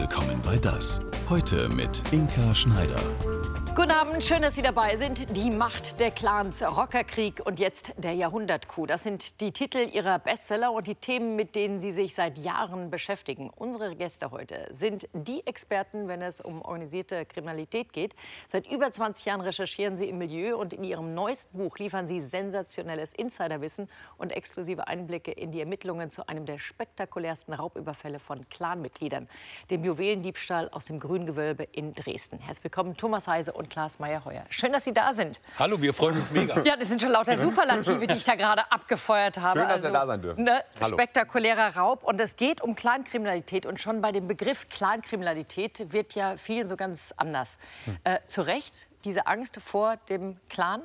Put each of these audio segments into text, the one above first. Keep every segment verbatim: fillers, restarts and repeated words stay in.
willkommen bei Das. Heute mit Inka Schneider. Guten Abend, schön, dass Sie dabei sind. Die Macht der Clans, Rockerkrieg und jetzt der Jahrhundertcoup. Das sind die Titel Ihrer Bestseller und die Themen, mit denen Sie sich seit Jahren beschäftigen. Unsere Gäste heute sind die Experten, wenn es um organisierte Kriminalität geht. Seit über zwanzig Jahren recherchieren Sie im Milieu und in Ihrem neuesten Buch liefern Sie sensationelles Insiderwissen und exklusive Einblicke in die Ermittlungen zu einem der spektakulärsten Raubüberfälle von Clanmitgliedern, dem Juwelendiebstahl aus dem Grüngewölbe in Dresden. Herzlich willkommen, Thomas Heise und Klaas Meyer-Heuer. Schön, dass Sie da sind. Hallo, wir freuen uns mega. Ja, das sind schon lauter Superlative, die ich da gerade abgefeuert habe. Schön, dass also, wir da sein dürfen. Ne, Hallo. Spektakulärer Raub. Und es geht um Clankriminalität. Und schon bei dem Begriff Clankriminalität wird ja vielen so ganz anders. Hm. Äh, zu Recht diese Angst vor dem Clan?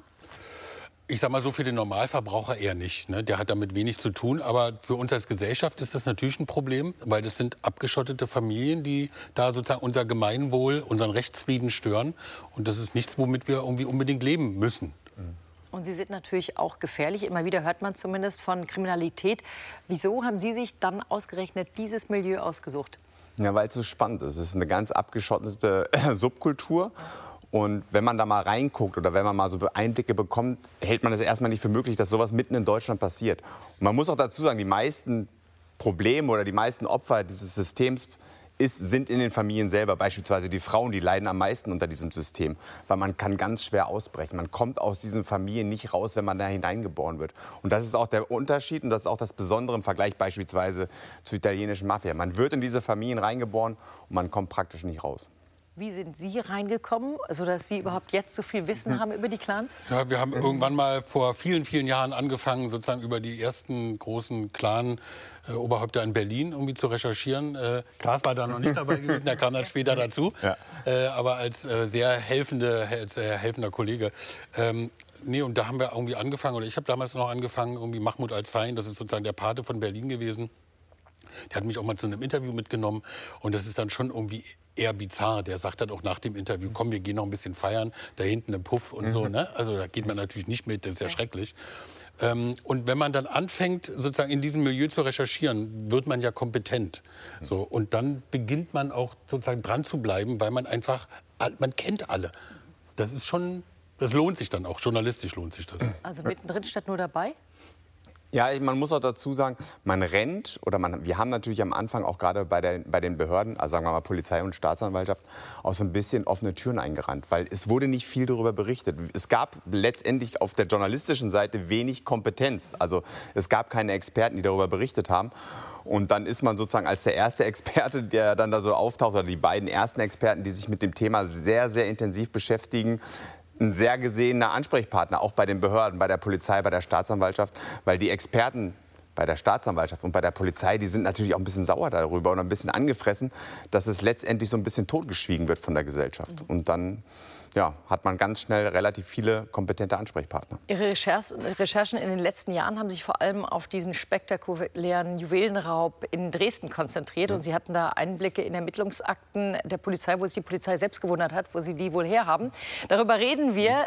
Ich sag mal so, für den Normalverbraucher eher nicht. Ne? Der hat damit wenig zu tun. Aber für uns als Gesellschaft ist das natürlich ein Problem, weil das sind abgeschottete Familien, die da sozusagen unser Gemeinwohl, unseren Rechtsfrieden stören. Und das ist nichts, womit wir irgendwie unbedingt leben müssen. Und sie sind natürlich auch gefährlich. Immer wieder hört man zumindest von Kriminalität. Wieso haben Sie sich dann ausgerechnet dieses Milieu ausgesucht? Ja, weil es so spannend ist. Es ist eine ganz abgeschottete Subkultur. Und wenn man da mal reinguckt oder wenn man mal so Einblicke bekommt, hält man es erstmal nicht für möglich, dass sowas mitten in Deutschland passiert. Und man muss auch dazu sagen, die meisten Probleme oder die meisten Opfer dieses Systems ist, sind in den Familien selber. Beispielsweise die Frauen, die leiden am meisten unter diesem System. Weil man kann ganz schwer ausbrechen. Man kommt aus diesen Familien nicht raus, wenn man da hineingeboren wird. Und das ist auch der Unterschied und das ist auch das Besondere im Vergleich beispielsweise zur italienischen Mafia. Man wird in diese Familien reingeboren und man kommt praktisch nicht raus. Wie sind Sie reingekommen, sodass Sie überhaupt jetzt so viel Wissen haben über die Clans? Ja, wir haben irgendwann mal vor vielen, vielen Jahren angefangen, sozusagen über die ersten großen Clan-Oberhäupter in Berlin irgendwie zu recherchieren. Äh, Klaas war da noch nicht dabei gewesen, der kam dann später dazu. Ja. Äh, aber als äh, sehr, helfende, als sehr helfender Kollege. Ähm, Nee, und da haben wir irgendwie angefangen, oder ich habe damals noch angefangen, irgendwie Mahmoud Al-Zain, das ist sozusagen der Pate von Berlin gewesen. Der hat mich auch mal zu einem Interview mitgenommen und das ist dann schon irgendwie eher bizarr. Der sagt dann auch nach dem Interview, komm, wir gehen noch ein bisschen feiern, da hinten im Puff und so. Ne? Also da geht man natürlich nicht mit, das ist ja schrecklich. Ähm, und wenn man dann anfängt, sozusagen in diesem Milieu zu recherchieren, wird man ja kompetent. So, und dann beginnt man auch sozusagen dran zu bleiben, weil man einfach, man kennt alle. Das ist schon, das lohnt sich dann auch, journalistisch lohnt sich das. Also mittendrin statt nur dabei? Ja, man muss auch dazu sagen, man rennt oder man, wir haben natürlich am Anfang auch gerade bei, der, bei den Behörden, also sagen wir mal Polizei und Staatsanwaltschaft, auch so ein bisschen offene Türen eingerannt, weil es wurde nicht viel darüber berichtet. Es gab letztendlich auf der journalistischen Seite wenig Kompetenz, also es gab keine Experten, die darüber berichtet haben. Und dann ist man sozusagen als der erste Experte, der dann da so auftaucht, oder die beiden ersten Experten, die sich mit dem Thema sehr, sehr intensiv beschäftigen, ein sehr gesehener Ansprechpartner, auch bei den Behörden, bei der Polizei, bei der Staatsanwaltschaft, weil die Experten bei der Staatsanwaltschaft und bei der Polizei, die sind natürlich auch ein bisschen sauer darüber und ein bisschen angefressen, dass es letztendlich so ein bisschen totgeschwiegen wird von der Gesellschaft. Und dann ja, hat man ganz schnell relativ viele kompetente Ansprechpartner. Ihre Recherchen in den letzten Jahren haben sich vor allem auf diesen spektakulären Juwelenraub in Dresden konzentriert. Mhm. Und Sie hatten da Einblicke in Ermittlungsakten der Polizei, wo sich die Polizei selbst gewundert hat, wo Sie die wohl herhaben. Darüber reden wir.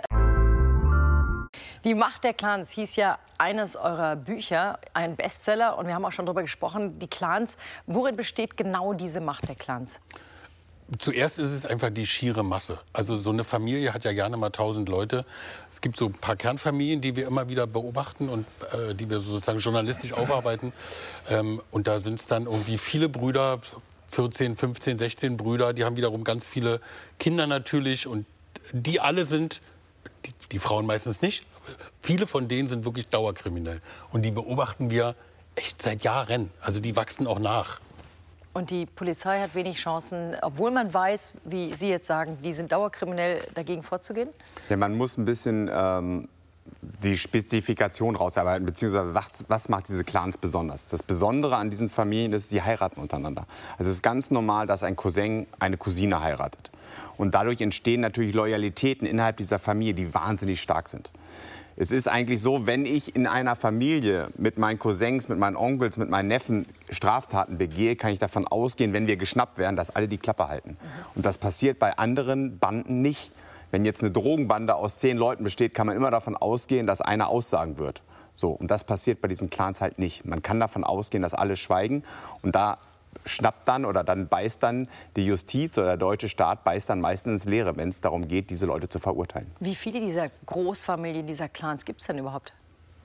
Die Macht der Clans hieß ja eines eurer Bücher, ein Bestseller. Und wir haben auch schon darüber gesprochen, die Clans. Worin besteht genau diese Macht der Clans? Zuerst ist es einfach die schiere Masse. Also so eine Familie hat ja gerne mal tausend Leute. Es gibt so ein paar Kernfamilien, die wir immer wieder beobachten und äh, die wir sozusagen journalistisch aufarbeiten. Ähm, und da sind es dann irgendwie viele Brüder, vierzehn, fünfzehn, sechzehn Brüder. Die haben wiederum ganz viele Kinder natürlich. Und die alle sind, die, die Frauen meistens nicht, aber viele von denen sind wirklich dauerkriminell. Und die beobachten wir echt seit Jahren. Also die wachsen auch nach. Und die Polizei hat wenig Chancen, obwohl man weiß, wie Sie jetzt sagen, die sind dauerkriminell, dagegen vorzugehen? Ja, man muss ein bisschen ähm, die Spezifikation rausarbeiten, beziehungsweise was, was macht diese Clans besonders? Das Besondere an diesen Familien ist, sie heiraten untereinander. Also es ist ganz normal, dass ein Cousin eine Cousine heiratet. Und dadurch entstehen natürlich Loyalitäten innerhalb dieser Familie, die wahnsinnig stark sind. Es ist eigentlich so, wenn ich in einer Familie mit meinen Cousins, mit meinen Onkels, mit meinen Neffen Straftaten begehe, kann ich davon ausgehen, wenn wir geschnappt werden, dass alle die Klappe halten. Mhm. Und das passiert bei anderen Banden nicht. Wenn jetzt eine Drogenbande aus zehn Leuten besteht, kann man immer davon ausgehen, dass einer aussagen wird. So, und das passiert bei diesen Clans halt nicht. Man kann davon ausgehen, dass alle schweigen. Und da schnappt dann oder dann beißt dann die Justiz oder der deutsche Staat beißt dann meistens ins Leere, wenn es darum geht, diese Leute zu verurteilen. Wie viele dieser Großfamilien, dieser Clans gibt es denn überhaupt?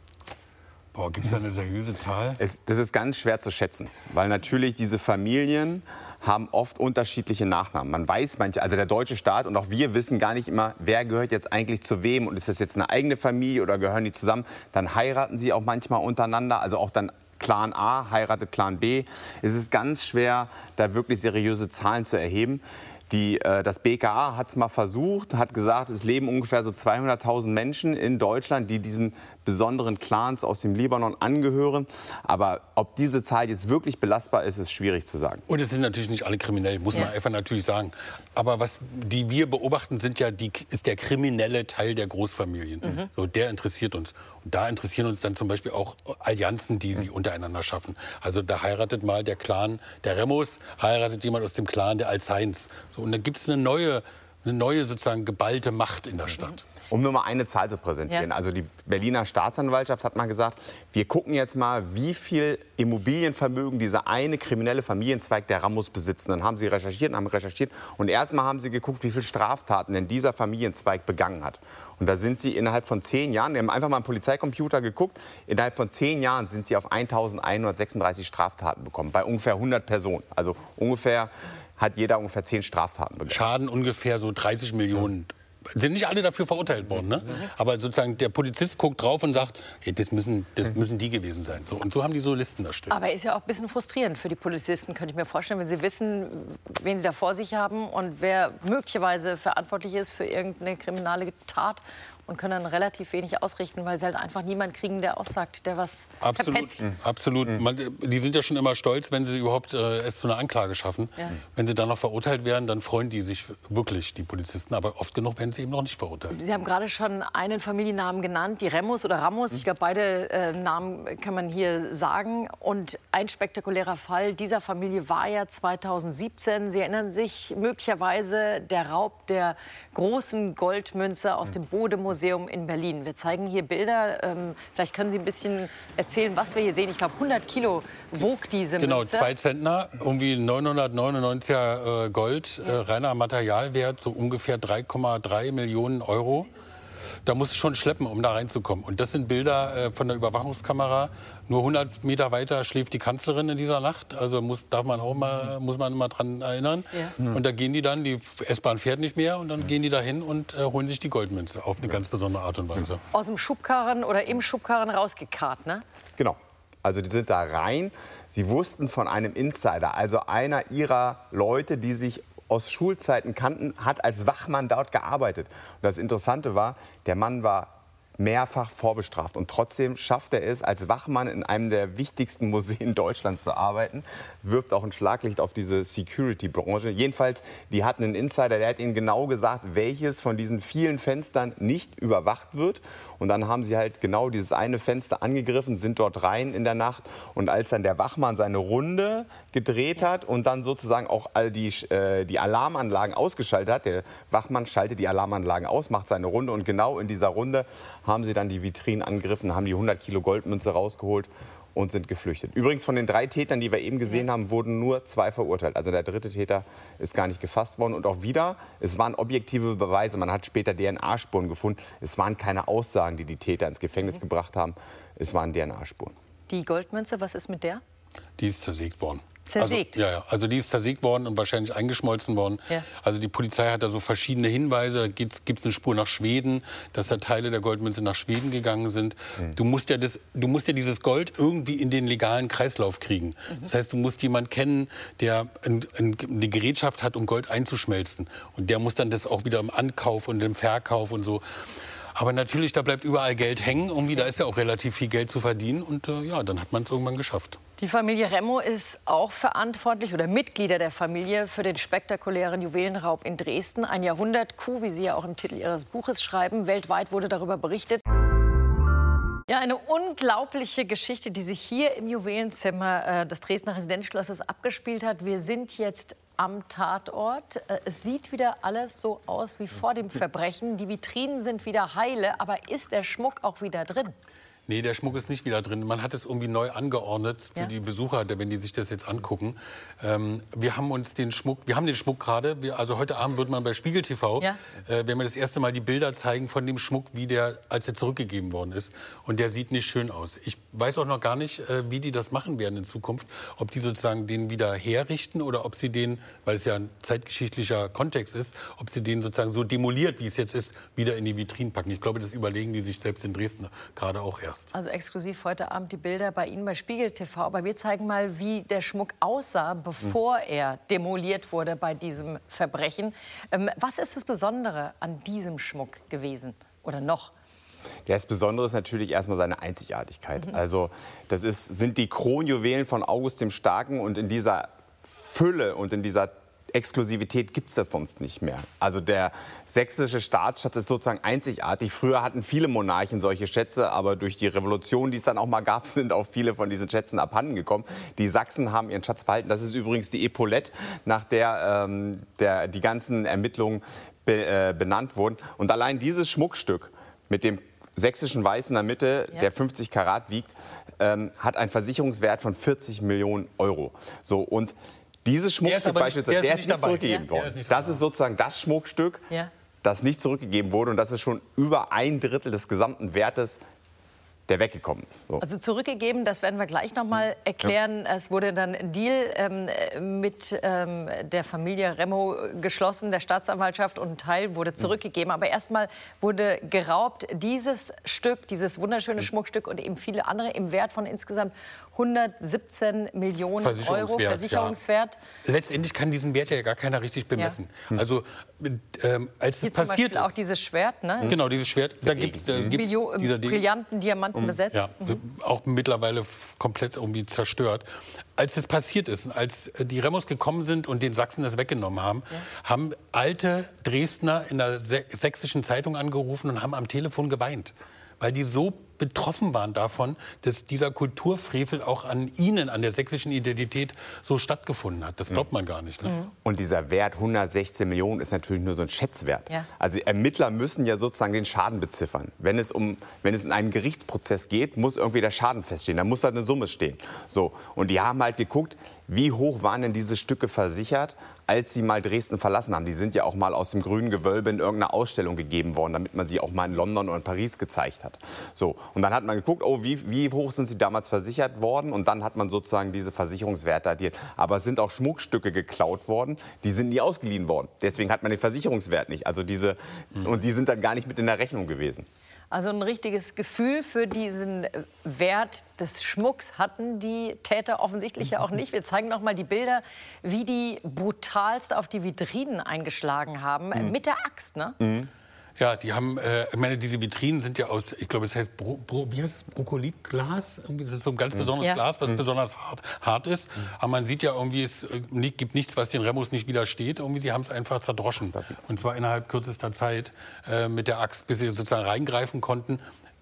Boah, gibt es da eine seriöse Zahl? Es, das ist ganz schwer zu schätzen, weil natürlich diese Familien haben oft unterschiedliche Nachnamen. Man weiß manche, also der deutsche Staat und auch wir wissen gar nicht immer, wer gehört jetzt eigentlich zu wem und ist das jetzt eine eigene Familie oder gehören die zusammen? Dann heiraten sie auch manchmal untereinander, also auch dann Clan A heiratet Clan B. Es ist ganz schwer, da wirklich seriöse Zahlen zu erheben. Die, äh, das B K A hat es mal versucht, hat gesagt, es leben ungefähr so zweihunderttausend Menschen in Deutschland, die diesen besonderen Clans aus dem Libanon angehören. Aber ob diese Zahl jetzt wirklich belastbar ist, ist schwierig zu sagen. Und es sind natürlich nicht alle kriminell, muss ja. man einfach natürlich sagen. Aber was die wir beobachten, sind ja die, ist der kriminelle Teil der Großfamilien. Mhm. So, der interessiert uns. Und da interessieren uns dann zum Beispiel auch Allianzen, die sie untereinander schaffen. Also da heiratet mal der Clan der Remos, heiratet jemand aus dem Clan der Al-Sains. So, und da gibt es eine neue, eine neue sozusagen geballte Macht in der Stadt. Um nur mal eine Zahl zu präsentieren. Ja. Also die Berliner Staatsanwaltschaft hat mal gesagt, wir gucken jetzt mal, wie viel Immobilienvermögen dieser eine kriminelle Familienzweig der Ramos besitzt. Dann haben sie recherchiert und haben recherchiert. Und erstmal haben sie geguckt, wie viele Straftaten denn dieser Familienzweig begangen hat. Und da sind sie innerhalb von zehn Jahren, die haben einfach mal einen Polizeicomputer geguckt, innerhalb von zehn Jahren sind sie auf eintausendeinhundertsechsunddreißig Straftaten bekommen, bei ungefähr hundert Personen. Also ungefähr hat jeder ungefähr zehn Straftaten begangen. Schaden ungefähr so dreißig Millionen. Sind nicht alle dafür verurteilt worden, ne? Aber sozusagen der Polizist guckt drauf und sagt, hey, das müssen, das müssen die gewesen sein. So, und so haben die so Listen erstellt. Aber ist ja auch ein bisschen frustrierend für die Polizisten, könnte ich mir vorstellen, wenn sie wissen, wen sie da vor sich haben und wer möglicherweise verantwortlich ist für irgendeine kriminelle Tat. Und können dann relativ wenig ausrichten, weil sie halt einfach niemanden kriegen, der aussagt, der was absolut, verpetzt. Absolut. Mhm. Man, die sind ja schon immer stolz, wenn sie überhaupt äh, es zu einer Anklage schaffen. Ja. Wenn sie dann noch verurteilt werden, dann freuen die sich wirklich, die Polizisten. Aber oft genug werden sie eben noch nicht verurteilt. Sie haben gerade schon einen Familiennamen genannt, die Remos oder Ramos. Ich glaube, beide äh, Namen kann man hier sagen. Und ein spektakulärer Fall dieser Familie war ja zweitausendsiebzehn. Sie erinnern sich möglicherweise der Raub der großen Goldmünze aus dem Bode-Museum in Berlin. Wir zeigen hier Bilder. Ähm, vielleicht können Sie ein bisschen erzählen, was wir hier sehen. Ich glaube, hundert Kilo wog diese genau, Münze. Genau, zwei Zentner, irgendwie neunhundertneunundneunziger äh, Gold, äh, reiner Materialwert, so ungefähr drei Komma drei Millionen Euro. Da muss es schon schleppen, um da reinzukommen. Und das sind Bilder äh, von der Überwachungskamera. Nur hundert Meter weiter schläft die Kanzlerin in dieser Nacht. Also muss, darf man auch mal, muss man immer dran erinnern. Ja. Und da gehen die dann, die S-Bahn fährt nicht mehr. Und dann gehen die da hin und äh, holen sich die Goldmünze auf eine ganz besondere Art und Weise. Aus dem Schubkarren oder im Schubkarren rausgekarrt, ne? Genau. Also die sind da rein. Sie wussten von einem Insider, also einer ihrer Leute, die sich aus Schulzeiten kannten, hat als Wachmann dort gearbeitet. Und das Interessante war, der Mann war mehrfach vorbestraft. Und trotzdem schafft er es, als Wachmann in einem der wichtigsten Museen Deutschlands zu arbeiten. Wirft auch ein Schlaglicht auf diese Security-Branche. Jedenfalls, die hatten einen Insider, der hat ihnen genau gesagt, welches von diesen vielen Fenstern nicht überwacht wird. Und dann haben sie halt genau dieses eine Fenster angegriffen, sind dort rein in der Nacht. Und als dann der Wachmann seine Runde gedreht hat und dann sozusagen auch all die, äh, die Alarmanlagen ausgeschaltet hat, der Wachmann schaltet die Alarmanlagen aus, macht seine Runde und genau in dieser Runde haben sie dann die Vitrinen angegriffen, haben die hundert Kilo Goldmünze rausgeholt und sind geflüchtet. Übrigens von den drei Tätern, die wir eben gesehen haben, wurden nur zwei verurteilt. Also der dritte Täter ist gar nicht gefasst worden. Und auch wieder, es waren objektive Beweise. Man hat später D N A-Spuren gefunden. Es waren keine Aussagen, die die Täter ins Gefängnis mhm. gebracht haben. Es waren D N A-Spuren. Die Goldmünze, was ist mit der? Die ist zersägt worden. Zersägt? Also, ja, ja, also die ist zersägt worden und wahrscheinlich eingeschmolzen worden. Ja. Also die Polizei hat da so verschiedene Hinweise. Da gibt es eine Spur nach Schweden, dass da Teile der Goldmünze nach Schweden gegangen sind. Mhm. Du musst ja das, du musst ja dieses Gold irgendwie in den legalen Kreislauf kriegen. Mhm. Das heißt, du musst jemanden kennen, der ein, ein, eine Gerätschaft hat, um Gold einzuschmelzen. Und der muss dann das auch wieder im Ankauf und im Verkauf und so. Aber natürlich, da bleibt überall Geld hängen. Irgendwie, da ist ja auch relativ viel Geld zu verdienen. Und äh, ja, dann hat man es irgendwann geschafft. Die Familie Remo ist auch verantwortlich oder Mitglieder der Familie für den spektakulären Juwelenraub in Dresden. Ein Jahrhundert-Coup, wie Sie ja auch im Titel Ihres Buches schreiben. Weltweit wurde darüber berichtet. Ja, eine unglaubliche Geschichte, die sich hier im Juwelenzimmer äh, des Dresdner Residenzschlosses abgespielt hat. Wir sind jetzt am Tatort. Es sieht wieder alles so aus wie vor dem Verbrechen. Die Vitrinen sind wieder heile, aber ist der Schmuck auch wieder drin? Nee, der Schmuck ist nicht wieder drin. Man hat es irgendwie neu angeordnet für Ja. die Besucher, wenn die sich das jetzt angucken. Ähm, wir haben uns den Schmuck, wir haben den Schmuck gerade. Wir, also heute Abend wird man bei Spiegel T V, Ja. äh, wenn wir das erste Mal die Bilder zeigen von dem Schmuck, wie der, als er zurückgegeben worden ist. Und der sieht nicht schön aus. Ich weiß auch noch gar nicht, äh, wie die das machen werden in Zukunft. Ob die sozusagen den wieder herrichten oder ob sie den, weil es ja ein zeitgeschichtlicher Kontext ist, ob sie den sozusagen so demoliert, wie es jetzt ist, wieder in die Vitrinen packen. Ich glaube, das überlegen die sich selbst in Dresden gerade auch erst. Also exklusiv heute Abend die Bilder bei Ihnen bei Spiegel T V. Aber wir zeigen mal, wie der Schmuck aussah, bevor er demoliert wurde bei diesem Verbrechen. Ähm, was ist das Besondere an diesem Schmuck gewesen oder noch? Ja, das Besondere ist natürlich erstmal seine Einzigartigkeit. Also das ist, sind die Kronjuwelen von August dem Starken und in dieser Fülle und in dieser Exklusivität gibt es das sonst nicht mehr. Also der sächsische Staatsschatz ist sozusagen einzigartig. Früher hatten viele Monarchen solche Schätze, aber durch die Revolution, die es dann auch mal gab, sind auch viele von diesen Schätzen abhanden gekommen. Die Sachsen haben ihren Schatz behalten. Das ist übrigens die Epaulette, nach der, ähm, der die ganzen Ermittlungen be, äh, benannt wurden. Und allein dieses Schmuckstück mit dem sächsischen Weiß in der Mitte, Ja. der fünfzig Karat wiegt, ähm, hat einen Versicherungswert von vierzig Millionen Euro. So, und dieses Schmuckstück aber nicht- beispielsweise, der ist der ist nicht nicht dabei. zurückgegeben Ja. Der worden. ist nicht Das dabei. ist sozusagen das Schmuckstück, Ja. das nicht zurückgegeben wurde. Und das ist schon über ein Drittel des gesamten Wertes, der weggekommen ist. So. Also zurückgegeben, das werden wir gleich noch mal erklären. Es wurde dann ein Deal ähm, mit ähm, der Familie Remo geschlossen, der Staatsanwaltschaft, und ein Teil wurde zurückgegeben. Aber erstmal wurde geraubt dieses Stück, dieses wunderschöne Schmuckstück und eben viele andere im Wert von insgesamt hundertsiebzehn Millionen Euro Versicherungswert, Versicherungswert. Ja. Letztendlich kann diesen Wert ja gar keiner richtig bemessen. Also ähm, als Hier es zum passiert Beispiel auch ist, dieses Schwert, ne? genau dieses Schwert, da gibt es äh, gibt's Millio dieser Ding. Brillanten, Diamanten besetzt. Ja, auch mittlerweile f- komplett irgendwie zerstört. Als es passiert ist und als äh, die Remos gekommen sind und den Sachsen das weggenommen haben, haben alte Dresdner in der sä sächsischen Zeitung angerufen und haben am Telefon geweint, weil die so betroffen waren davon, dass dieser Kulturfrevel auch an ihnen, an der sächsischen Identität so stattgefunden hat. Das glaubt man gar nicht. Ne? Und dieser Wert hundertsechzehn Millionen ist natürlich nur so ein Schätzwert. Ja. Also Ermittler müssen ja sozusagen den Schaden beziffern. Wenn es, um, wenn es in einen Gerichtsprozess geht, muss irgendwie der Schaden feststehen. Da muss da eine Summe stehen. So. Und die haben halt geguckt, wie hoch waren denn diese Stücke versichert, als sie mal Dresden verlassen haben. Die sind ja auch mal aus dem grünen Gewölbe in irgendeiner Ausstellung gegeben worden, damit man sie auch mal in London oder in Paris gezeigt hat. So. Und dann hat man geguckt, oh, wie, wie hoch sind sie damals versichert worden? Und dann hat man sozusagen diese Versicherungswerte addiert. Aber es sind auch Schmuckstücke geklaut worden, die sind nie ausgeliehen worden. Deswegen hat man den Versicherungswert nicht. Also diese, und die sind dann gar nicht mit in der Rechnung gewesen. Also ein richtiges Gefühl für diesen Wert des Schmucks hatten die Täter offensichtlich ja auch nicht. Wir zeigen noch mal die Bilder, wie die brutalst auf die Vitrinen eingeschlagen haben. Mhm. Mit der Axt, ne? Mhm. Ja, die haben, äh, ich meine, diese Vitrinen sind ja aus, ich glaube, es heißt, Bro, Bro, wie heißt es? Brokolitglas? Irgendwie ist es so ein ganz besonderes Ja. Glas, was besonders hart, hart ist. Aber man sieht ja irgendwie, es äh, gibt nichts, was den Remos nicht widersteht. Irgendwie, sie haben es einfach zerdroschen. Und zwar innerhalb kürzester Zeit äh, mit der Axt, bis sie sozusagen reingreifen konnten.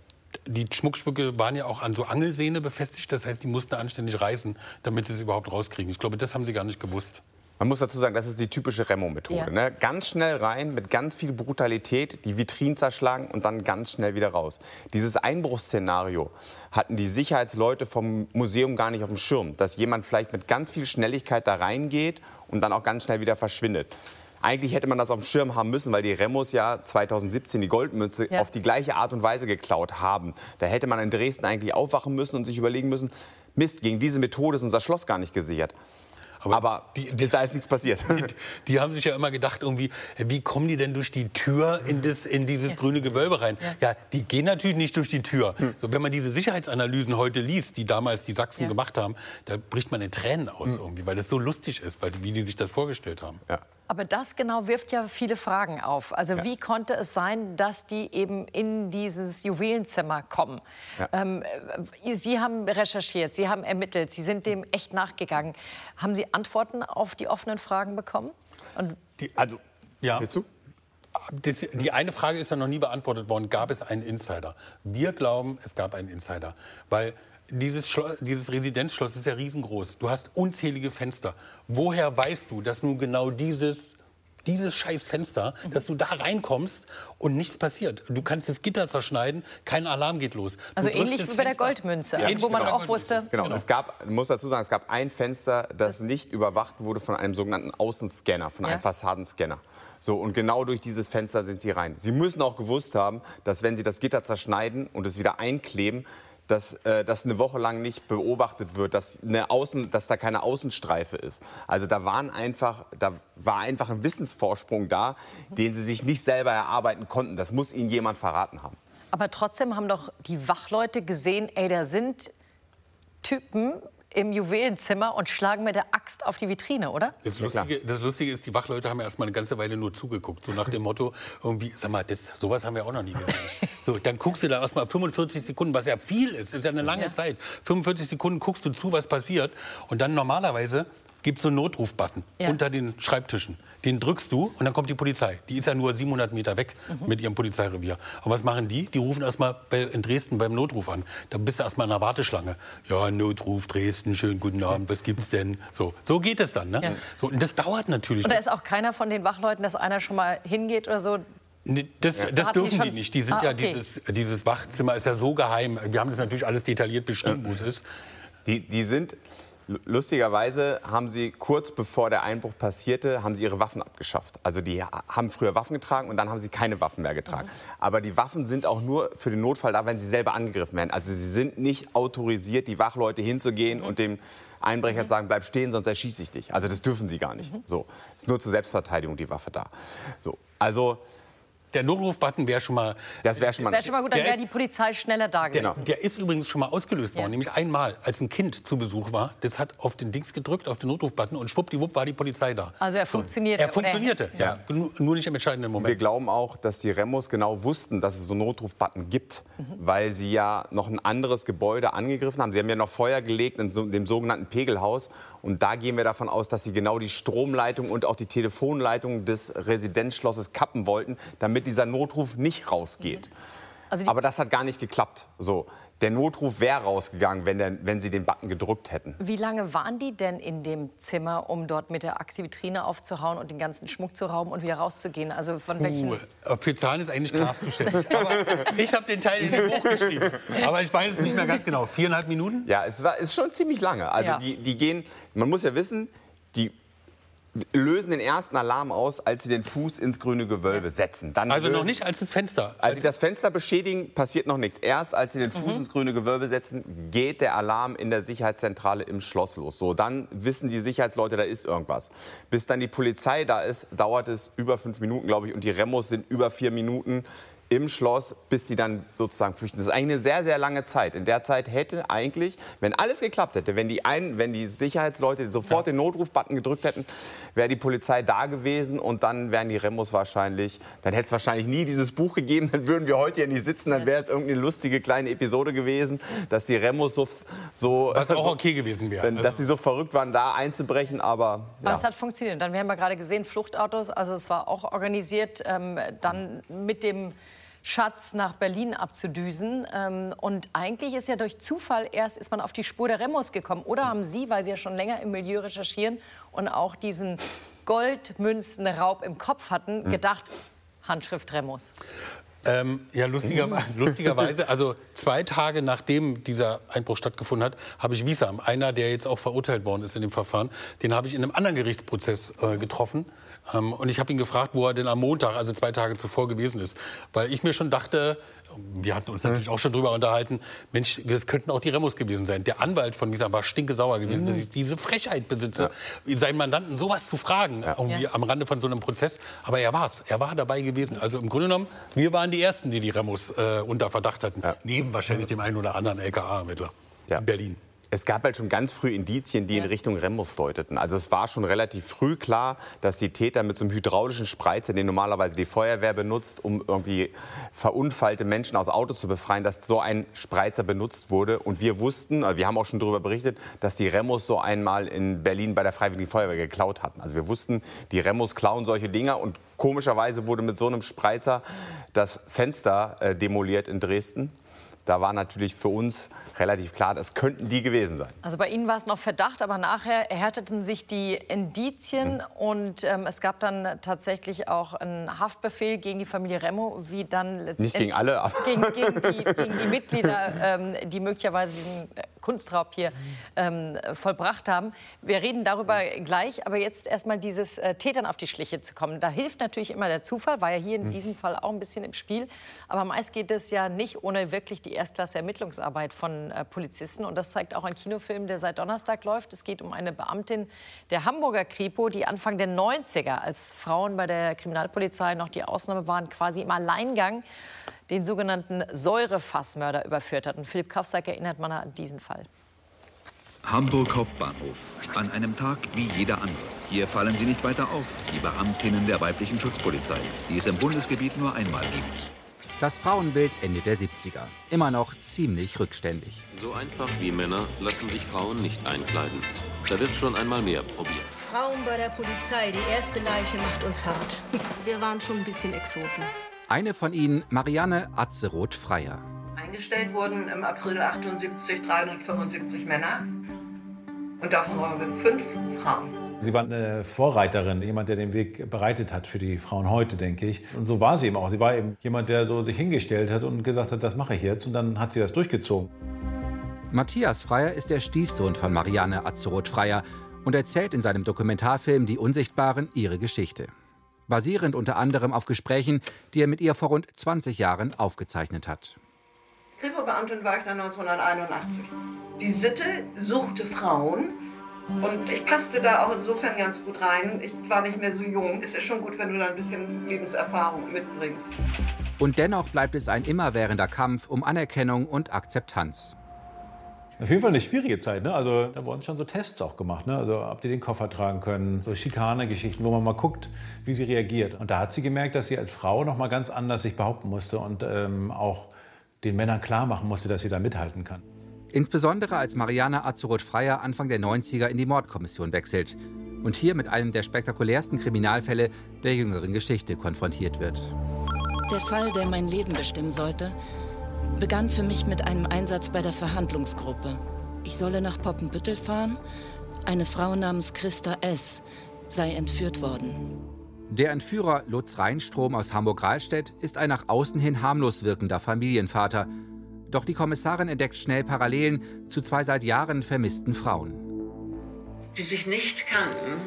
Die Schmuckstücke waren ja auch an so Angelsehne befestigt. Das heißt, die mussten anständig reißen, damit sie es überhaupt rauskriegen. Ich glaube, das haben sie gar nicht gewusst. Man muss dazu sagen, das ist die typische Remo-Methode. Ja. Ne? Ganz schnell rein, mit ganz viel Brutalität, die Vitrinen zerschlagen und dann ganz schnell wieder raus. Dieses Einbruchsszenario hatten die Sicherheitsleute vom Museum gar nicht auf dem Schirm. Dass jemand vielleicht mit ganz viel Schnelligkeit da reingeht und dann auch ganz schnell wieder verschwindet. Eigentlich hätte man das auf dem Schirm haben müssen, weil die Remos ja zweitausendsiebzehn die Goldmünze Ja. auf die gleiche Art und Weise geklaut haben. Da hätte man in Dresden eigentlich aufwachen müssen und sich überlegen müssen, Mist, gegen diese Methode ist unser Schloss gar nicht gesichert. Aber, Aber die, die, da ist nichts passiert. Die, die haben sich ja immer gedacht, irgendwie, wie kommen die denn durch die Tür in, das, in dieses ja. grüne Gewölbe rein? Ja. ja, die gehen natürlich nicht durch die Tür. Hm. So, wenn man diese Sicherheitsanalysen heute liest, die damals die Sachsen ja. gemacht haben, da bricht man in Tränen aus, hm. irgendwie, weil das so lustig ist, weil, wie die sich das vorgestellt haben. Ja. Aber das genau wirft ja viele Fragen auf. Also ja. wie konnte es sein, dass die eben in dieses Juwelenzimmer kommen? Ja. Ähm, Sie haben recherchiert, Sie haben ermittelt, Sie sind dem echt nachgegangen. Haben Sie Antworten auf die offenen Fragen bekommen? Und die, also, ja. willst du? Das, die eine Frage ist ja noch nie beantwortet worden. Gab es einen Insider? Wir glauben, es gab einen Insider. Weil Dieses, Schloss, dieses Residenzschloss ist ja riesengroß. Du hast unzählige Fenster. Woher weißt du, dass nun genau dieses dieses scheiß Fenster, mhm. dass du da reinkommst und nichts passiert. Du kannst das Gitter zerschneiden, kein Alarm geht los. Du also ähnlich wie bei der Goldmünze, ja, wo man genau. auch wusste... Genau, genau. Es gab, ich muss dazu sagen, es gab ein Fenster, das nicht überwacht wurde von einem sogenannten Außenscanner, von einem ja. Fassadenscanner. So, und genau durch dieses Fenster sind sie rein. Sie müssen auch gewusst haben, dass wenn sie das Gitter zerschneiden und es wieder einkleben, dass äh, das eine Woche lang nicht beobachtet wird, dass, eine Außen, dass da keine Außenstreife ist. Also da, waren einfach, da war einfach ein Wissensvorsprung da, den sie sich nicht selber erarbeiten konnten. Das muss ihnen jemand verraten haben. Aber trotzdem haben doch die Wachleute gesehen, ey, da sind Typen im Juwelenzimmer und schlagen mit der Axt auf die Vitrine, oder? Das Lustige, das Lustige ist, die Wachleute haben ja erst mal eine ganze Weile nur zugeguckt. So nach dem Motto, irgendwie, sag mal, das, sowas haben wir auch noch nie gesehen. So, dann guckst du da erst mal fünfundvierzig Sekunden, was ja viel ist, ist ja eine lange ja. Zeit. fünfundvierzig Sekunden guckst du zu, was passiert. Und dann normalerweise gibt es so einen Notrufbutton ja. unter den Schreibtischen. Den drückst du und dann kommt die Polizei. Die ist ja nur siebenhundert Meter weg mhm. mit ihrem Polizeirevier. Und was machen die? Die rufen erst mal bei, in Dresden beim Notruf an. Da bist du erst mal in einer Warteschlange. Ja, Notruf, Dresden, schönen guten Abend, was gibt's denn? So, so geht es dann. Ne? Ja. So, und das dauert natürlich. Und da ist auch keiner von den Wachleuten, dass einer schon mal hingeht oder so? Nee, das, ja. das dürfen die, die nicht. Die sind ah, okay. ja dieses, dieses Wachzimmer ist ja so geheim. Wir haben das natürlich alles detailliert beschrieben, ja. wo es ist. Die, die sind... Lustigerweise haben sie kurz bevor der Einbruch passierte, haben sie ihre Waffen abgeschafft. Also die haben früher Waffen getragen und dann haben sie keine Waffen mehr getragen. Mhm. Aber die Waffen sind auch nur für den Notfall da, wenn sie selber angegriffen werden. Also sie sind nicht autorisiert, die Wachleute hinzugehen mhm. und dem Einbrecher mhm. zu sagen, bleib stehen, sonst erschieße ich dich. Also das dürfen sie gar nicht. Mhm. So, ist nur zur Selbstverteidigung die Waffe da. So, also der Notrufbutton wäre schon mal... Das wäre schon mal, wär schon mal gut, dann wäre die Polizei schneller da gewesen. Der, der ist übrigens schon mal ausgelöst worden, ja. nämlich einmal, als ein Kind zu Besuch war. Das hat auf den Dings gedrückt, auf den Notrufbutton und schwuppdiwupp war die Polizei da. Also er funktionierte. Er funktionierte, ja. ja. Nur, nur nicht im entscheidenden Moment. Wir glauben auch, dass die Remos genau wussten, dass es so einen Notrufbutton gibt, mhm. weil sie ja noch ein anderes Gebäude angegriffen haben. Sie haben ja noch Feuer gelegt in so, dem sogenannten Pegelhaus. Und da gehen wir davon aus, dass sie genau die Stromleitung und auch die Telefonleitung des Residenzschlosses kappen wollten, damit dieser Notruf nicht rausgeht. Also aber das hat gar nicht geklappt. So, der Notruf wäre rausgegangen, wenn, der, wenn sie den Button gedrückt hätten. Wie lange waren die denn in dem Zimmer, um dort mit der Axt die Vitrine aufzuhauen und den ganzen Schmuck zu rauben und wieder rauszugehen? Also von welchen... Uh, für Zahlen ist eigentlich klarstustellen. Aber ich habe den Teil in dem Buch geschrieben. Aber ich weiß es nicht mehr ganz genau. Viereinhalb Minuten? Ja, es war, ist schon ziemlich lange. Also ja. die, die gehen... Man muss ja wissen, die... lösen den ersten Alarm aus, als sie den Fuß ins grüne Gewölbe setzen. Dann also lösen, noch nicht als das Fenster? Als sie das Fenster beschädigen, passiert noch nichts. Erst als sie den Fuß mhm. ins grüne Gewölbe setzen, geht der Alarm in der Sicherheitszentrale im Schloss los. So, dann wissen die Sicherheitsleute, da ist irgendwas. Bis dann die Polizei da ist, dauert es über fünf Minuten, glaube ich. Und die Remos sind über vier Minuten im Schloss, bis sie dann sozusagen flüchten. Das ist eigentlich eine sehr, sehr lange Zeit. In der Zeit hätte eigentlich, wenn alles geklappt hätte, wenn die, ein, wenn die Sicherheitsleute sofort ja. den Notrufbutton gedrückt hätten, wäre die Polizei da gewesen und dann wären die Remos wahrscheinlich, dann hätte es wahrscheinlich nie dieses Buch gegeben, dann würden wir heute hier nicht sitzen, dann wäre es irgendeine lustige kleine Episode gewesen, dass die Remos so... so Was auch so, okay gewesen wäre. Dass also. sie so verrückt waren, da einzubrechen, aber... Ja. Aber es hat funktioniert. Dann, wir haben ja gerade gesehen, Fluchtautos, also es war auch organisiert, ähm, dann mit dem Schatz nach Berlin abzudüsen. Ähm, und eigentlich ist ja durch Zufall erst ist man auf die Spur der Remos gekommen. Oder haben Sie, weil Sie ja schon länger im Milieu recherchieren und auch diesen Goldmünzenraub im Kopf hatten, hm. gedacht, Handschrift Remos? Ähm, ja, lustiger, lustigerweise, also zwei Tage nachdem dieser Einbruch stattgefunden hat, habe ich Wiesam, einer, der jetzt auch verurteilt worden ist in dem Verfahren, den habe ich in einem anderen Gerichtsprozess äh, getroffen. Ähm, und ich habe ihn gefragt, wo er denn am Montag, also zwei Tage zuvor gewesen ist. Weil ich mir schon dachte, wir hatten uns natürlich auch schon drüber unterhalten, Mensch, das könnten auch die Remos gewesen sein. Der Anwalt von Wiesam war stinkesauer gewesen, mhm. dass ich diese Frechheit besitze, ja. seinen Mandanten sowas zu fragen, ja. irgendwie ja. am Rande von so einem Prozess. Aber er war's, er war dabei gewesen. Also im Grunde genommen, wir waren die Ersten, die die Remos äh, unter Verdacht hatten. Ja. Neben wahrscheinlich dem einen oder anderen L K A-Ermittler ja. in Berlin. Es gab halt schon ganz früh Indizien, die ja. in Richtung Remos deuteten. Also es war schon relativ früh klar, dass die Täter mit so einem hydraulischen Spreizer, den normalerweise die Feuerwehr benutzt, um irgendwie verunfallte Menschen aus Autos zu befreien, dass so ein Spreizer benutzt wurde. Und wir wussten, also wir haben auch schon darüber berichtet, dass die Remos so einmal in Berlin bei der Freiwilligen Feuerwehr geklaut hatten. Also wir wussten, die Remos klauen solche Dinger und komischerweise wurde mit so einem Spreizer das Fenster äh, demoliert in Dresden. da war natürlich für uns relativ klar, das könnten die gewesen sein. Also bei Ihnen war es noch Verdacht, aber nachher erhärteten sich die Indizien. Mhm. Und ähm, es gab dann tatsächlich auch einen Haftbefehl gegen die Familie Remo, wie dann letztendlich... Nicht gegen alle, aber... Gegen, gegen, die, gegen die Mitglieder, ähm, die möglicherweise diesen Kunstraub hier ähm, vollbracht haben. Wir reden darüber gleich, aber jetzt erstmal dieses äh, Tätern auf die Schliche zu kommen. Da hilft natürlich immer der Zufall, war ja hier in diesem Fall auch ein bisschen im Spiel. Aber meist geht es ja nicht ohne wirklich die Erstklasse-Ermittlungsarbeit von äh, Polizisten. Und das zeigt auch ein Kinofilm, der seit Donnerstag läuft. Es geht um eine Beamtin der Hamburger Kripo, die Anfang der neunziger, als Frauen bei der Kriminalpolizei noch die Ausnahme waren, quasi im Alleingang den sogenannten Säurefassmörder überführt hat. Und Philipp Kawsak erinnert man an diesen Fall. Hamburg Hauptbahnhof. An einem Tag wie jeder andere. Hier fallen sie nicht weiter auf, die Beamtinnen der weiblichen Schutzpolizei, die es im Bundesgebiet nur einmal gibt. Das Frauenbild Ende der siebziger. Immer noch ziemlich rückständig. So einfach wie Männer lassen sich Frauen nicht einkleiden. Da wird schon einmal mehr probiert. Frauen bei der Polizei, die erste Leiche macht uns hart. Wir waren schon ein bisschen Exoten. Eine von ihnen, Marianne Atzerodt-Freier. Eingestellt wurden im April achtundsiebzig dreihundertfünfundsiebzig Männer und davon waren wir fünf Frauen. Sie war eine Vorreiterin, jemand, der den Weg bereitet hat für die Frauen heute, denke ich. Und so war sie eben auch. Sie war eben jemand, der so sich hingestellt hat und gesagt hat, das mache ich jetzt. Und dann hat sie das durchgezogen. Matthias Freier ist der Stiefsohn von Marianne Atzerodt-Freier und erzählt in seinem Dokumentarfilm Die Unsichtbaren ihre Geschichte. Basierend unter anderem auf Gesprächen, die er mit ihr vor rund zwanzig Jahren aufgezeichnet hat. Kripo-Beamtin war ich dann neunzehnhunderteinundachtzig. Die Sitte suchte Frauen und ich passte da auch insofern ganz gut rein. Ich war nicht mehr so jung. Es ist schon gut, wenn du da ein bisschen Lebenserfahrung mitbringst. Und dennoch bleibt es ein immerwährender Kampf um Anerkennung und Akzeptanz. Auf jeden Fall eine schwierige Zeit, ne? Also da wurden schon so Tests auch gemacht, ne? Also ob die den Koffer tragen können, so Schikane-Geschichten, wo man mal guckt, wie sie reagiert. Und da hat sie gemerkt, dass sie als Frau noch mal ganz anders sich behaupten musste und ähm, auch den Männern klar machen musste, dass sie da mithalten kann. Insbesondere als Marianne Atzerodt-Freier Anfang der neunziger in die Mordkommission wechselt und hier mit einem der spektakulärsten Kriminalfälle der jüngeren Geschichte konfrontiert wird. Der Fall, der mein Leben bestimmen sollte, begann für mich mit einem Einsatz bei der Verhandlungsgruppe. Ich solle nach Poppenbüttel fahren. Eine Frau namens Christa S. sei entführt worden. Der Entführer Lutz Reinstrom aus Hamburg-Rahlstedt ist ein nach außen hin harmlos wirkender Familienvater. Doch die Kommissarin entdeckt schnell Parallelen zu zwei seit Jahren vermissten Frauen. Die sich nicht kannten,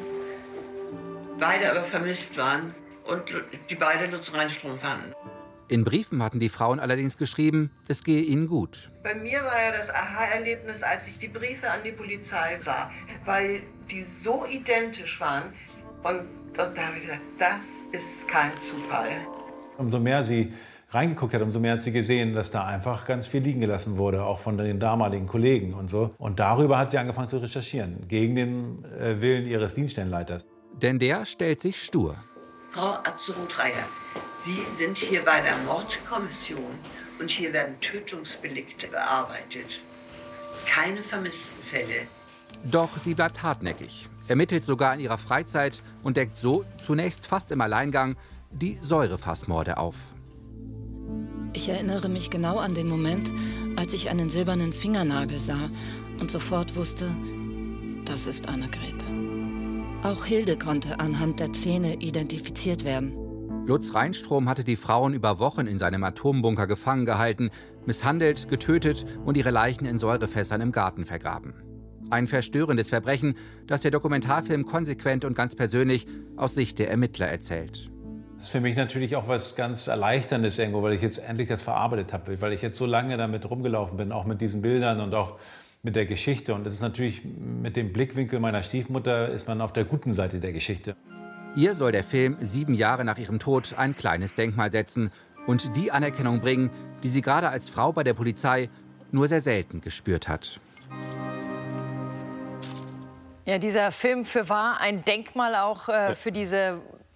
beide aber vermisst waren und die beide Lutz Reinstrom fanden. In Briefen hatten die Frauen allerdings geschrieben, es gehe ihnen gut. Bei mir war ja das Aha-Erlebnis, als ich die Briefe an die Polizei sah, weil die so identisch waren. Und, und da habe ich gesagt, das ist kein Zufall. Umso mehr sie reingeguckt hat, umso mehr hat sie gesehen, dass da einfach ganz viel liegen gelassen wurde, auch von den damaligen Kollegen und so. Und darüber hat sie angefangen zu recherchieren, gegen den äh, Willen ihres Dienststellenleiters. Denn der stellt sich stur. Frau Atzerodt-Freier, Sie sind hier bei der Mordkommission und hier werden Tötungsdelikte bearbeitet. Keine vermissten Fälle. Doch sie bleibt hartnäckig, ermittelt sogar in ihrer Freizeit und deckt so, zunächst fast im Alleingang, die Säurefassmorde auf. Ich erinnere mich genau an den Moment, als ich einen silbernen Fingernagel sah und sofort wusste, das ist Annegret. Auch Hilde konnte anhand der Zähne identifiziert werden. Lutz Reinstrom hatte die Frauen über Wochen in seinem Atombunker gefangen gehalten, misshandelt, getötet und ihre Leichen in Säurefässern im Garten vergraben. Ein verstörendes Verbrechen, das der Dokumentarfilm konsequent und ganz persönlich aus Sicht der Ermittler erzählt. Das ist für mich natürlich auch was ganz Erleichterndes irgendwo, weil ich jetzt endlich das verarbeitet habe, weil ich jetzt so lange damit rumgelaufen bin, auch mit diesen Bildern und auch mit der Geschichte. Und das ist natürlich mit dem Blickwinkel meiner Stiefmutter ist man auf der guten Seite der Geschichte. Ihr soll der Film sieben Jahre nach ihrem Tod ein kleines Denkmal setzen und die Anerkennung bringen, die sie gerade als Frau bei der Polizei nur sehr selten gespürt hat. Ja, dieser Film für wahr ein Denkmal auch äh, für diese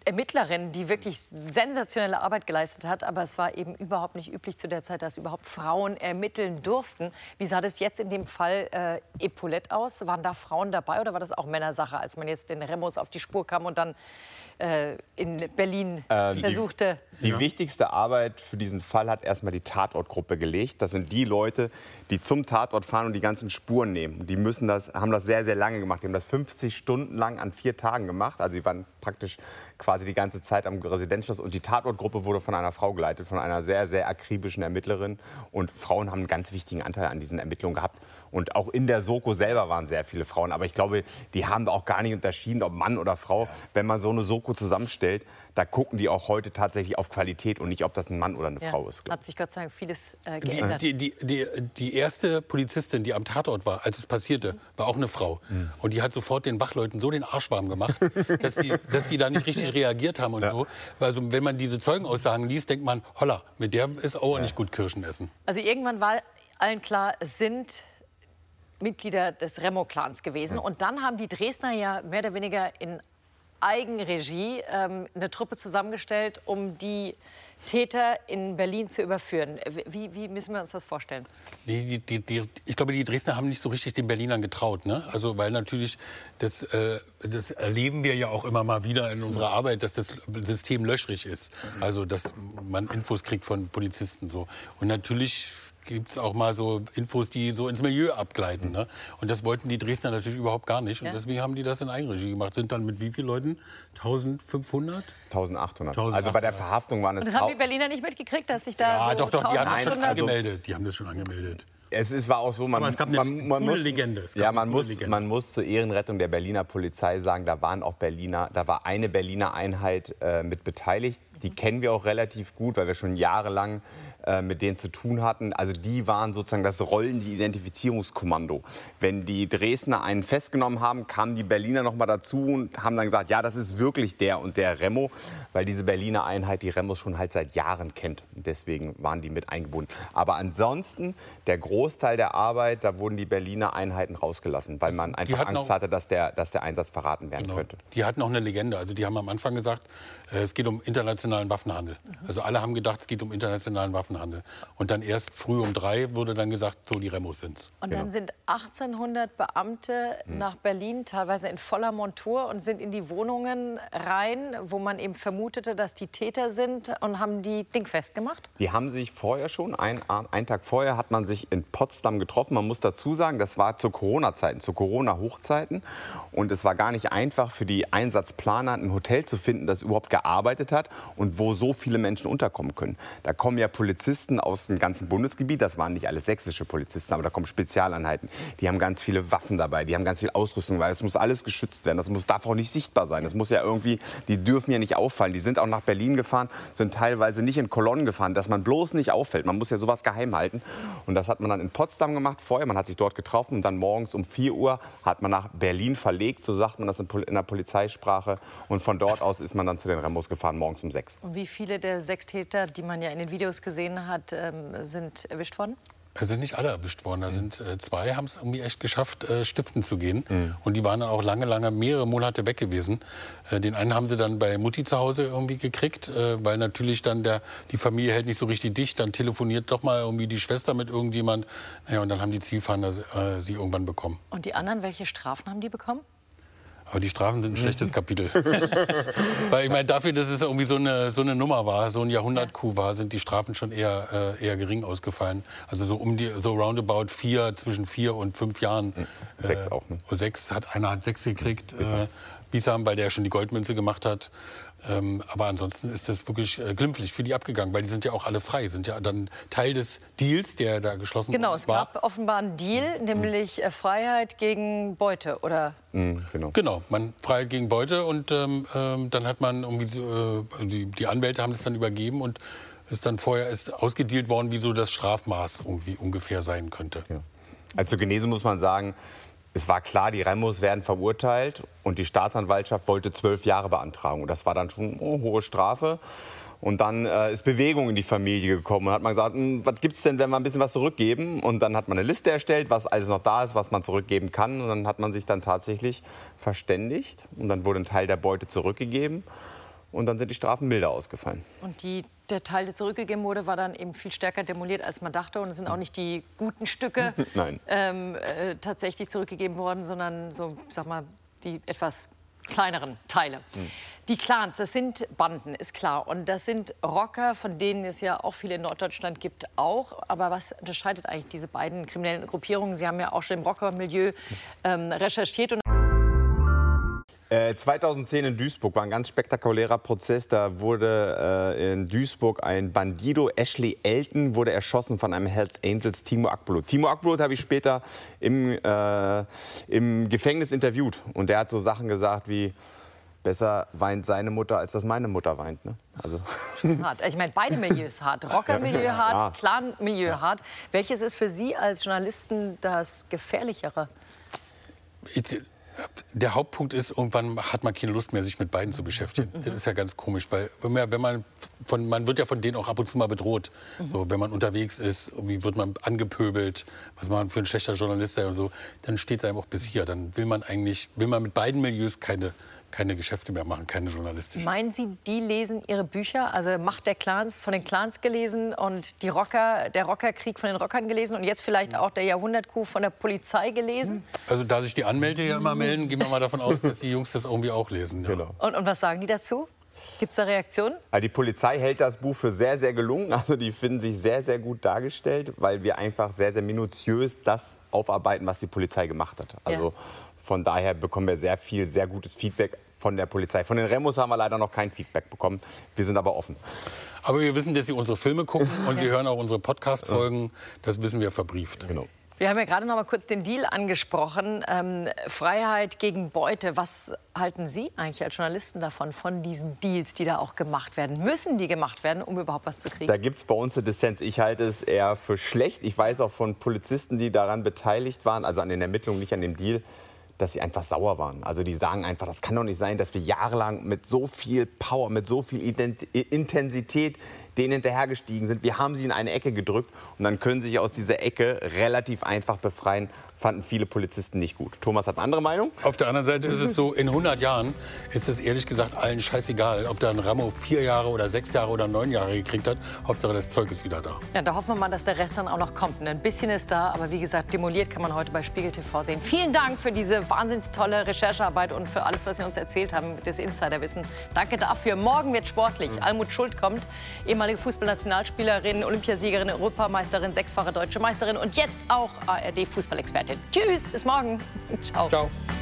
Ermittlerin, die wirklich sensationelle Arbeit geleistet hat. Aber es war eben überhaupt nicht üblich zu der Zeit, dass überhaupt Frauen ermitteln durften. Wie sah das jetzt in dem Fall äh, Epaulette aus? Waren da Frauen dabei oder war das auch Männersache, als man jetzt den Remos auf die Spur kam und dann äh, in Berlin ähm, versuchte? Die, die ja. wichtigste Arbeit für diesen Fall hat erstmal die Tatortgruppe gelegt. Das sind die Leute, die zum Tatort fahren und die ganzen Spuren nehmen. Die müssen das, haben das sehr, sehr lange gemacht. Die haben das fünfzig Stunden lang an vier Tagen gemacht. Also sie waren praktisch quasi die ganze Zeit am Residenzschloss. Und die Tatortgruppe wurde von einer Frau geleitet, von einer sehr, sehr akribischen Ermittlerin. Und Frauen haben einen ganz wichtigen Anteil an diesen Ermittlungen gehabt. Und auch in der Soko selber waren sehr viele Frauen. Aber ich glaube, die haben auch gar nicht unterschieden, ob Mann oder Frau. Wenn man so eine Soko zusammenstellt, da gucken die auch heute tatsächlich auf Qualität und nicht, ob das ein Mann oder eine ja. Frau ist. Hat sich Gott sei Dank vieles äh, geändert. Die, die, die, die erste Polizistin, die am Tatort war, als es passierte, war auch eine Frau. Mhm. Und die hat sofort den Wachleuten so den Arsch warm gemacht, dass die, dass die da nicht richtig reagiert haben und ja. so. Also wenn man diese Zeugenaussagen liest, denkt man, holla, mit der ist auch ja. nicht gut Kirschen essen. Also irgendwann war allen klar, es sind Mitglieder des Remo-Clans gewesen. Ja. Und dann haben die Dresdner ja mehr oder weniger in Eigenregie ähm, eine Truppe zusammengestellt, um die Täter in Berlin zu überführen. Wie, wie müssen wir uns das vorstellen? Die, die, die, ich glaube, die Dresdner haben nicht so richtig den Berlinern getraut. Ne? Also, weil natürlich, das, äh, das erleben wir ja auch immer mal wieder in unserer Arbeit, dass das System löchrig ist. Also, dass man Infos kriegt von Polizisten. So. Und natürlich gibt es auch mal so Infos, die so ins Milieu abgleiten. Ne? Und das wollten die Dresdner natürlich überhaupt gar nicht. Und ja. deswegen haben die das in Eigenregie gemacht. Sind dann mit wie vielen Leuten? eintausendfünfhundert? eintausendachthundert. Also bei der Verhaftung waren es... Und das haben die Berliner nicht mitgekriegt, dass sich da ja, so doch, doch, die haben das schon also, angemeldet. Die haben das schon angemeldet. Es ist, war auch so, man, Aber es gab eine man, man muss, Legende. Es ja, man eine muss, Legende. man muss zur Ehrenrettung der Berliner Polizei sagen, da waren auch Berliner, da war eine Berliner Einheit äh, mit beteiligt. Die kennen wir auch relativ gut, weil wir schon jahrelang äh, mit denen zu tun hatten. Also die waren sozusagen das rollende Identifizierungskommando. Wenn die Dresdner einen festgenommen haben, kamen die Berliner noch mal dazu und haben dann gesagt, ja, das ist wirklich der und der Remo, weil diese Berliner Einheit die Remos schon halt seit Jahren kennt. Und deswegen waren die mit eingebunden. Aber ansonsten, der Großteil der Arbeit, da wurden die Berliner Einheiten rausgelassen, weil man einfach Angst hatte, dass der, dass der Einsatz verraten werden genau. könnte. Die hatten auch eine Legende. Also die haben am Anfang gesagt, äh, es geht um internationalen Waffenhandel. Also alle haben gedacht, es geht um internationalen Waffenhandel. Und dann erst früh um drei wurde dann gesagt, so die Remos sind's. Und genau. dann sind achtzehnhundert Beamte mhm. nach Berlin, teilweise in voller Montur, und sind in die Wohnungen rein, wo man eben vermutete, dass die Täter sind, und haben die dingfest gemacht? Die haben sich vorher schon, ein, einen Tag vorher hat man sich in Potsdam getroffen. Man muss dazu sagen, das war zu Corona-Zeiten, zu Corona-Hochzeiten. Und es war gar nicht einfach für die Einsatzplaner, ein Hotel zu finden, das überhaupt gearbeitet hat und wo so viele Menschen unterkommen können. Da kommen ja Polizisten aus dem ganzen Bundesgebiet, das waren nicht alles sächsische Polizisten, aber da kommen Spezialeinheiten. Die haben ganz viele Waffen dabei, die haben ganz viel Ausrüstung dabei. Es muss alles geschützt werden, das muss, darf auch nicht sichtbar sein. Das muss ja irgendwie, die dürfen ja nicht auffallen. Die sind auch nach Berlin gefahren, sind teilweise nicht in Kolonnen gefahren, dass man bloß nicht auffällt. Man muss ja sowas geheim halten. Und das hat man dann in Potsdam gemacht vorher, man hat sich dort getroffen und dann morgens um vier Uhr hat man nach Berlin verlegt, so sagt man das in der Polizeisprache. Und von dort aus ist man dann zu den Remos gefahren, morgens um sechs. Und wie viele der sechs Täter, die man ja in den Videos gesehen hat, ähm, sind erwischt worden? Es sind nicht alle erwischt worden. Da sind äh, zwei, haben es irgendwie echt geschafft, äh, stiften zu gehen. Mhm. Und die waren dann auch lange, lange, mehrere Monate weg gewesen. Äh, den einen haben sie dann bei Mutti zu Hause irgendwie gekriegt, äh, weil natürlich dann der, die Familie hält nicht so richtig dicht. Dann telefoniert doch mal irgendwie die Schwester mit irgendjemand. Naja, und dann haben die Zielfahnder äh, sie irgendwann bekommen. Und die anderen, welche Strafen haben die bekommen? Aber die Strafen sind ein schlechtes Kapitel. Weil ich meine, dafür, dass es irgendwie so eine, so eine Nummer war, so ein Jahrhundert-Coup war, sind die Strafen schon eher, äh, eher gering ausgefallen. Also so um die, so roundabout vier, zwischen vier und fünf Jahren. Äh, sechs auch, ne? Sechs, hat, einer hat sechs gekriegt, äh, Biesham, weil der schon die Goldmünze gemacht hat. Ähm, aber ansonsten ist das wirklich äh, glimpflich für die abgegangen, weil die sind ja auch alle frei, sind ja dann Teil des Deals, der da geschlossen genau, war. Genau, es gab offenbar einen Deal, nämlich äh, Freiheit gegen Beute, oder? Mhm, genau. Genau, man Freiheit gegen Beute und ähm, ähm, dann hat man irgendwie so, äh, die, die Anwälte haben das dann übergeben und ist dann vorher ist ausgedealt worden, wie so das Strafmaß irgendwie ungefähr sein könnte. Ja. Also zur Genese muss man sagen, es war klar, die Remos werden verurteilt und die Staatsanwaltschaft wollte zwölf Jahre beantragen. Und das war dann schon eine hohe Strafe. Und dann äh, ist Bewegung in die Familie gekommen. Und hat man gesagt, was gibt es denn, wenn wir ein bisschen was zurückgeben? Und dann hat man eine Liste erstellt, was alles noch da ist, was man zurückgeben kann. Und dann hat man sich dann tatsächlich verständigt. Und dann wurde ein Teil der Beute zurückgegeben. Und dann sind die Strafen milder ausgefallen. Und die, der Teil, der zurückgegeben wurde, war dann eben viel stärker demoliert, als man dachte. Und es sind auch nicht die guten Stücke Nein. Ähm, äh, tatsächlich zurückgegeben worden, sondern so, sag mal, die etwas kleineren Teile. Hm. Die Clans, das sind Banden, ist klar. Und das sind Rocker, von denen es ja auch viele in Norddeutschland gibt, auch. Aber was unterscheidet eigentlich diese beiden kriminellen Gruppierungen? Sie haben ja auch schon im Rockermilieu ähm, recherchiert. Und Äh, zweitausendzehn in Duisburg war ein ganz spektakulärer Prozess. Da wurde äh, in Duisburg ein Bandido, Ashley Elton, wurde erschossen von einem Hells Angels, Timo Akbulut. Timo Akbulut habe ich später im, äh, im Gefängnis interviewt. Und der hat so Sachen gesagt wie, besser weint seine Mutter, als dass meine Mutter weint. Ne? Also. Hart. Ich meine, beide Milieus hart. Rockermilieu hart, Ja. Clan-Milieu Ja. hart. Welches ist für Sie als Journalisten das Gefährlichere? Ich, der Hauptpunkt ist, irgendwann hat man keine Lust mehr, sich mit beiden zu beschäftigen. Mhm. Das ist ja ganz komisch, weil wenn man, von, man wird ja von denen auch ab und zu mal bedroht. Mhm. So, wenn man unterwegs ist, irgendwie wird man angepöbelt, was man für ein schlechter Journalist sei und so, dann steht es einem auch bis hier. Dann will man eigentlich, will man mit beiden Milieus keine, keine Geschäfte mehr machen, keine journalistischen. Meinen Sie, die lesen Ihre Bücher? Also Macht der Clans von den Clans gelesen und die Rocker, der Rockerkrieg von den Rockern gelesen und jetzt vielleicht auch der Jahrhundert-Coup von der Polizei gelesen? Also da sich die Anwälte ja immer melden, gehen wir mal davon aus, dass die Jungs das irgendwie auch lesen. Ja. Genau. Und, und was sagen die dazu? Gibt es da Reaktionen? Also die Polizei hält das Buch für sehr, sehr gelungen. Also die finden sich sehr, sehr gut dargestellt, weil wir einfach sehr, sehr minutiös das aufarbeiten, was die Polizei gemacht hat. Also Ja. von daher bekommen wir sehr viel, sehr gutes Feedback von der Polizei. Von den Remos haben wir leider noch kein Feedback bekommen. Wir sind aber offen. Aber wir wissen, dass Sie unsere Filme gucken und Sie hören auch unsere Podcast-Folgen. Das wissen wir verbrieft. Genau. Wir haben ja gerade noch mal kurz den Deal angesprochen. Ähm, Freiheit gegen Beute. Was halten Sie eigentlich als Journalisten davon, von diesen Deals, die da auch gemacht werden? Müssen die gemacht werden, um überhaupt was zu kriegen? Da gibt es bei uns eine Dissens. Ich halte es eher für schlecht. Ich weiß auch von Polizisten, die daran beteiligt waren, also an den Ermittlungen, nicht an dem Deal, dass sie einfach sauer waren. Also die sagen einfach, das kann doch nicht sein, dass wir jahrelang mit so viel Power, mit so viel Intensität denen hinterhergestiegen sind. Wir haben sie in eine Ecke gedrückt und dann können sie sich aus dieser Ecke relativ einfach befreien. Fanden viele Polizisten nicht gut. Thomas hat eine andere Meinung? Auf der anderen Seite ist es so, in hundert Jahren ist es ehrlich gesagt allen scheißegal, ob da ein Ramo vier Jahre oder sechs Jahre oder neun Jahre gekriegt hat. Hauptsache, das Zeug ist wieder da. Ja, da hoffen wir mal, dass der Rest dann auch noch kommt. Ein bisschen ist da, aber wie gesagt, demoliert kann man heute bei Spiegel T V sehen. Vielen Dank für diese wahnsinnig tolle Recherchearbeit und für alles, was Sie uns erzählt haben, das Insiderwissen. Danke dafür. Morgen wird sportlich. Almut Schuld kommt, ehemalige Fußballnationalspielerin, Olympiasiegerin, Europameisterin, sechsfache deutsche Meisterin und jetzt auch A R D-Fußballexpertin. Tschüss, bis morgen. Ciao. Ciao.